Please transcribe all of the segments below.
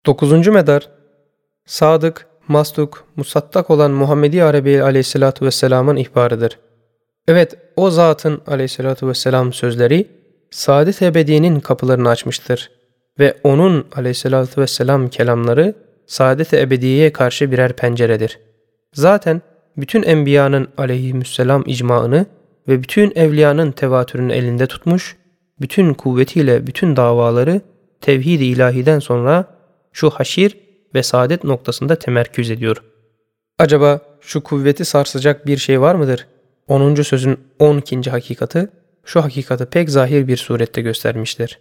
Dokuzuncu medar, sadık, masduk, musaddak olan Muhammedi Arabi aleyhissalatu vesselamın ihbarıdır. Evet, o zatın aleyhissalatu vesselam sözleri, saadet ebediyenin kapılarını açmıştır ve onun aleyhissalatu vesselam kelamları, saadet-i ebediyeye karşı birer penceredir. Zaten bütün enbiyanın aleyhisselam icmaını ve bütün evliyanın tevatürünü elinde tutmuş, bütün kuvvetiyle bütün davaları tevhid-i ilahiden sonra şu haşir ve saadet noktasında temerküz ediyor. Acaba şu kuvveti sarsacak bir şey var mıdır? 10. sözün 12. hakikati şu hakikati pek zahir bir surette göstermiştir.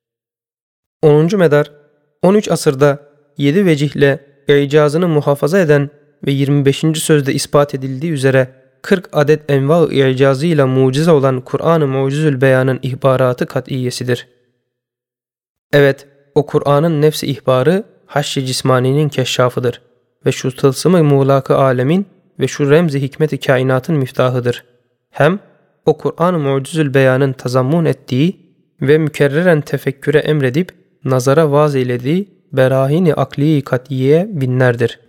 10. medar 13 asırda 7 vecihle icazını muhafaza eden ve 25. sözde ispat edildiği üzere 40 adet enva-ı icazıyla mucize olan Kur'an-ı Mucizül Beyan'ın ihbaratı kat'iyesidir. Evet, o Kur'an'ın nefsi ihbarı haşr-ı cismaninin keşşafıdır ve şu tılsım-ı muğlak-ı alemin ve şu remz-i hikmet-i kainatın miftahıdır. Hem o Kur'an-ı Mucizül Beyan'ın tazammun ettiği ve mükerreren tefekküre emredip nazara vaz eylediği berahin-i akli-i kat'iye binlerdir.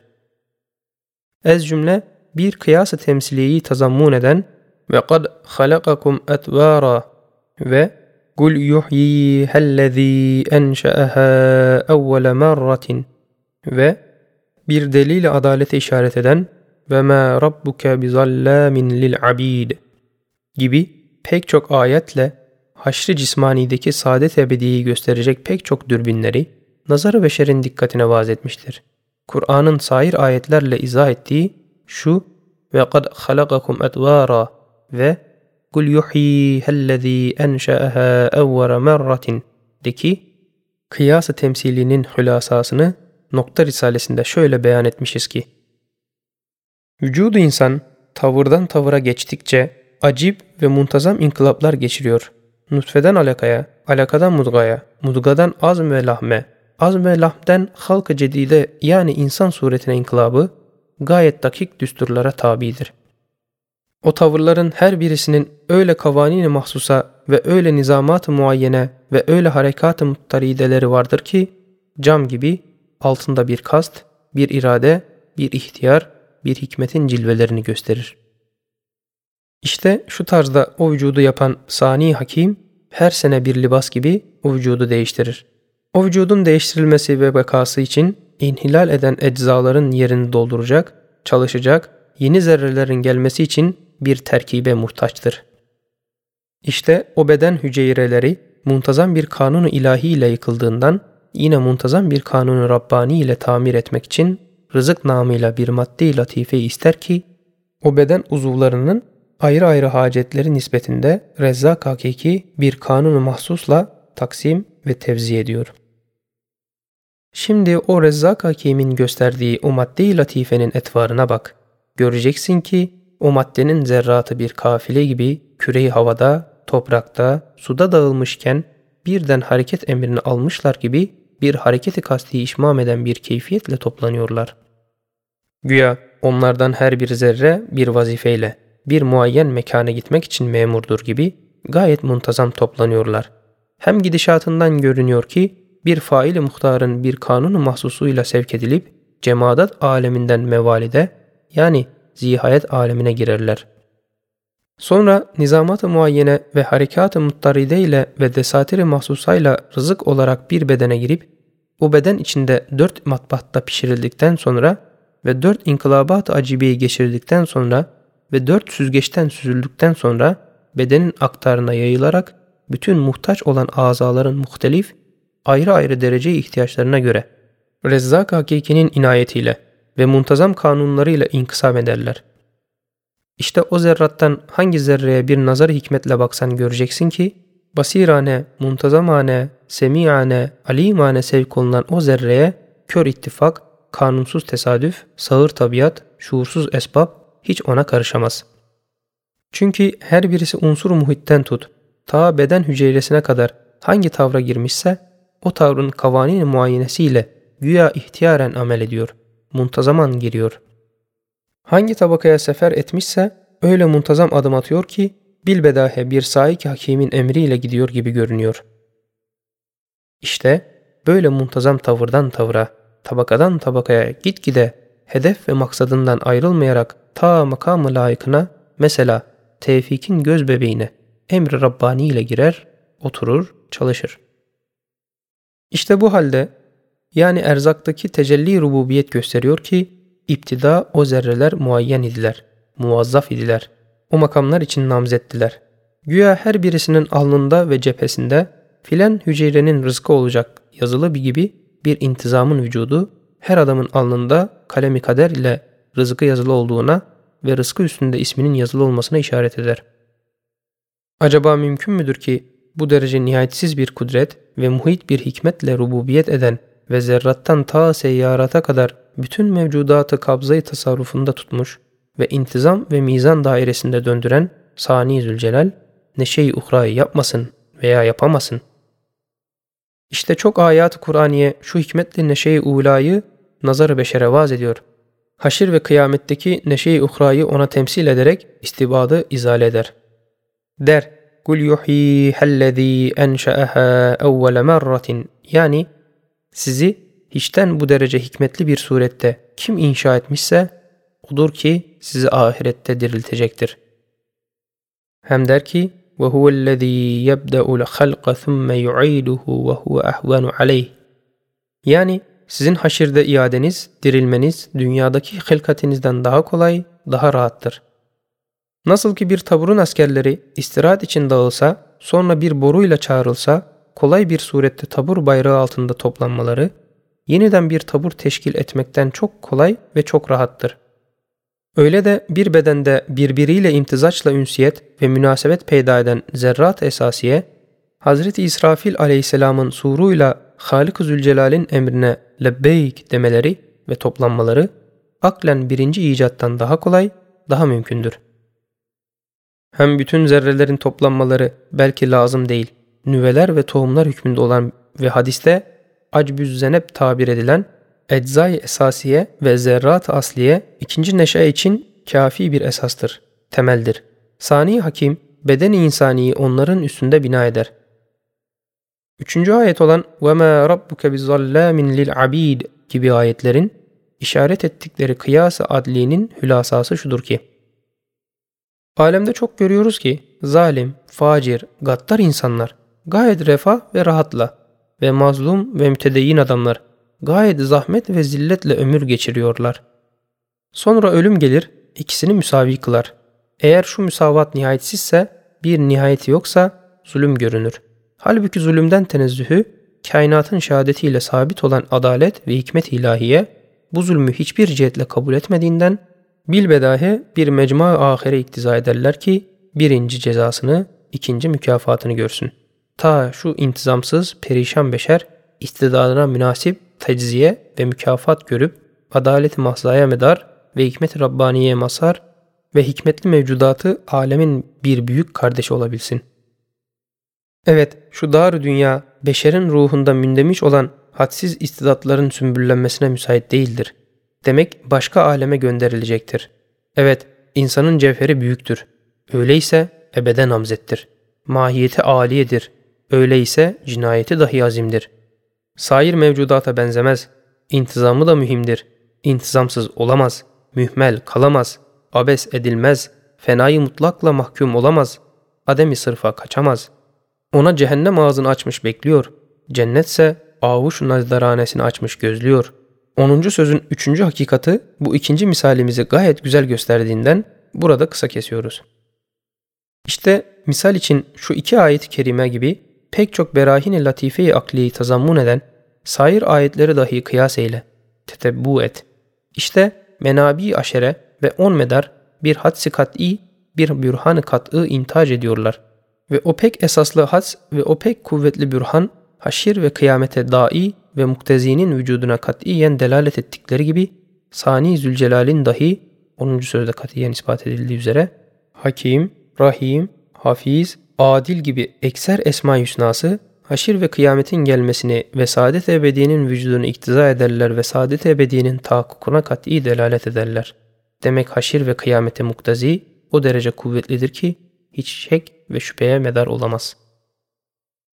Ez cümle bir kıyas-ı temsiliyeyi tazammun eden ve kad halakakum etvara ve kul yuhyihellezî enşe'ehâ evvele merratin ve bir delil-i adalete işaret eden ve mâ rabbuke bizallâmin lil abîd gibi pek çok ayetle haşr-ı cismanideki saadet ebediyi gösterecek pek çok dürbünleri nazar-ı beşerin dikkatine vaz etmiştir. Kur'an'ın sair ayetlerle izah ettiği şu ve kad halakakum etvara ve kul yuhyihellezî enşe'ehâ evvele merratin deki kıyas-ı temsilinin hülasasını Nokta Risalesi'nde şöyle beyan etmişiz ki: vücudu insan tavırdan tavıra geçtikçe acip ve muntazam inkılaplar geçiriyor. Nutfeden alakaya, alakadan mudgaya, mudgadan azm ve lahme, azm ve lahmden halk-ı cedide yani insan suretine inkılabı gayet dakik düsturlara tabidir. O tavırların her birisinin öyle kavanin-i mahsusa ve öyle nizamat-ı muayyene ve öyle harekat-ı muttarideleri vardır ki cam gibi altında bir kast, bir irade, bir ihtiyar, bir hikmetin cilvelerini gösterir. İşte şu tarzda o vücudu yapan Sani Hakim her sene bir libas gibi o vücudu değiştirir. O vücudun değiştirilmesi ve bekası için inhilal eden eczaların yerini dolduracak, çalışacak, yeni zerrelerin gelmesi için bir terkibe muhtaçtır. İşte o beden hücreleri muntazam bir kanun-u ilahi ile yıkıldığından yine muntazam bir kanun-u Rabbani ile tamir etmek için rızık namıyla bir maddi latife ister ki o beden uzuvlarının ayrı ayrı hacetleri nispetinde Rezzak hakiki bir kanun-u mahsusla taksim ve tevzi ediyor. Şimdi o Rezzak hakimin gösterdiği o maddi latifenin etvarına bak. Göreceksin ki o maddenin zerratı bir kafile gibi küre-i havada, toprakta, suda dağılmışken birden hareket emrini almışlar gibi bir hareketi kasti işmam eden bir keyfiyetle toplanıyorlar. Güya onlardan her bir zerre bir vazifeyle, bir muayyen mekana gitmek için memurdur gibi gayet muntazam toplanıyorlar. Hem gidişatından görünüyor ki bir faili muhtarın bir kanunu mahsusuyla sevk edilip cemadat aleminden mevalide yani zihayet alemine girerler. Sonra nizamat-ı muayyene ve harekat-ı muttaride ile ve desatir-i mahsusayla rızık olarak bir bedene girip o beden içinde 4 matbahta pişirildikten sonra ve 4 inkılabat-ı acibeyi geçirdikten sonra ve 4 süzgeçten süzüldükten sonra bedenin aktarına yayılarak bütün muhtaç olan azaların muhtelif ayrı ayrı derece ihtiyaçlarına göre Rezzak hakikinin inayetiyle ve muntazam kanunlarıyla inkısam ederler. İşte o zerrattan hangi zerreye bir nazar hikmetle baksan göreceksin ki basirane, muntazamane, semiane, alimane sevk olunan o zerreye kör ittifak, kanunsuz tesadüf, sağır tabiat, şuursuz esbab hiç ona karışamaz. Çünkü her birisi unsur muhitten tut, ta beden hücresine kadar hangi tavra girmişse o tavrın kavanin-i muayenesiyle güya ihtiyaren amel ediyor, muntazaman giriyor. Hangi tabakaya sefer etmişse öyle muntazam adım atıyor ki bilbedahe bir saik hakimin emriyle gidiyor gibi görünüyor. İşte böyle muntazam tavırdan tavıra, tabakadan tabakaya gitgide hedef ve maksadından ayrılmayarak ta makamı layıkına, mesela Tevfik'in göz bebeğine emri Rabbani ile girer, oturur, çalışır. İşte bu halde, yani erzaktaki tecelli rububiyet gösteriyor ki iptida o zerreler muayyen idiler, muvazzaf idiler, o makamlar için namzettiler. Güya her birisinin alnında ve cephesinde filan hücrenin rızkı olacak yazılı bir gibi bir intizamın vücudu, her adamın alnında kalemi kader ile rızkı yazılı olduğuna ve rızkı üstünde isminin yazılı olmasına işaret eder. Acaba mümkün müdür ki bu derece nihayetsiz bir kudret ve muhit bir hikmetle rububiyet eden ve zerrattan ta seyyarata kadar bütün mevcudatı kabzayı tasarrufunda tutmuş ve intizam ve mizan dairesinde döndüren Sani Zülcelal, neşe-i uhrayı yapmasın veya yapamasın? İşte çok ayat-ı Kur'aniye şu hikmetli neşe-i ulayı nazar-ı beşere vaz ediyor. Haşir ve kıyametteki neşe-i uhrayı ona temsil ederek istibadı izale eder. Der, "Kul yuhyihellezî enşe'ehâ evvele merratin." Yani sizi hiçten bu derece hikmetli bir surette kim inşa etmişse odur ki sizi ahirette diriltecektir. Hem der ki, وَهُوَ الَّذ۪ي يَبْدَأُ الْخَلْقَ ثُمَّ يُعِيدُهُ وَهُوَ أَحْوَنُ عَلَيْهِ. Yani sizin haşirde iadeniz, dirilmeniz dünyadaki hilkatinizden daha kolay, daha rahattır. Nasıl ki bir taburun askerleri istirahat için dağılsa, sonra bir boruyla çağrılsa, kolay bir surette tabur bayrağı altında toplanmaları, yeniden bir tabur teşkil etmekten çok kolay ve çok rahattır. Öyle de bir bedende birbiriyle imtizaçla ünsiyet ve münasebet peyda eden zerrat esasiye, Hazreti İsrafil aleyhisselamın suruyla Halik-ı Zülcelal'in emrine lebbeyk demeleri ve toplanmaları, aklen birinci icattan daha kolay, daha mümkündür. Hem bütün zerrelerin toplanmaları belki lazım değil, nüveler ve tohumlar hükmünde olan ve hadiste acbüz zenep tabir edilen eczai esasiye ve zerrat asliye ikinci neşe için kafi bir esastır, temeldir. Sani Hakim, beden-i insaniyi onların üstünde bina eder. 3. ayet olan وَمَا رَبُّكَ بِظَلَّامٍ لِلْعَبِيدِ gibi ayetlerin işaret ettikleri kıyas-ı adliyenin hülasası şudur ki, alemde çok görüyoruz ki zalim, facir, gaddar insanlar gayet refah ve rahatla ve mazlum ve mütedeyyin adamlar gayet zahmet ve zilletle ömür geçiriyorlar. Sonra ölüm gelir, ikisini müsavi kılar. Eğer şu müsavat nihayetsizse, bir nihayeti yoksa zulüm görünür. Halbuki zulümden tenezzühü, kainatın şehadetiyle sabit olan adalet ve hikmet ilahiye, bu zulmü hiçbir cihetle kabul etmediğinden, bilbedahe bir mecma-ı ahire iktiza ederler ki, birinci cezasını, ikinci mükafatını görsün. Ta şu intizamsız, perişan beşer, istidadına münasip tecziye ve mükafat görüp, adalet-i mahzaya medar ve hikmet-i Rabbaniye mazhar ve hikmetli mevcudatı alemin bir büyük kardeşi olabilsin. Evet, şu dar-ı dünya, beşerin ruhunda mündemiş olan hadsiz istidatların sümbüllenmesine müsait değildir. Demek başka aleme gönderilecektir. Evet, insanın cevheri büyüktür. Öyleyse ebede namzettir. Mahiyeti âliyedir. Öyleyse cinayeti dahi azimdir. Sair mevcudata benzemez. İntizamı da mühimdir. İntizamsız olamaz. Mühmel kalamaz. Abes edilmez. Fenayı mutlakla mahkum olamaz. Ademi sırfa kaçamaz. Ona cehennem ağzını açmış bekliyor. Cennetse avuç nazdaranesini açmış gözlüyor. 10. sözün 3. hakikati bu ikinci misalimizi gayet güzel gösterdiğinden burada kısa kesiyoruz. İşte misal için şu iki ayet-i kerime gibi pek çok berahin-i latife-i akliyi tazammun eden sair ayetleri dahi kıyas eyle, tetebbu et. İşte menabi aşere ve 10 medar bir hadsi kat'i, bir bürhan-ı kat'ı intac ediyorlar. Ve o pek esaslı hads ve o pek kuvvetli bürhan, haşir ve kıyamete da'i ve muktezinin vücuduna katiyen delalet ettikleri gibi, Sani Zülcelal'in dahi 10. sözde katiyen ispat edildiği üzere, Hakim, Rahim, Hafiz, Adil gibi ekser esma-i hüsnası, haşir ve kıyametin gelmesini ve saadet ebediyenin vücudunu iktiza ederler ve saadet ebediyenin tahakkukuna kat'i delalet ederler. Demek haşir ve kıyamete muktazi o derece kuvvetlidir ki hiç şek ve şüpheye medar olamaz.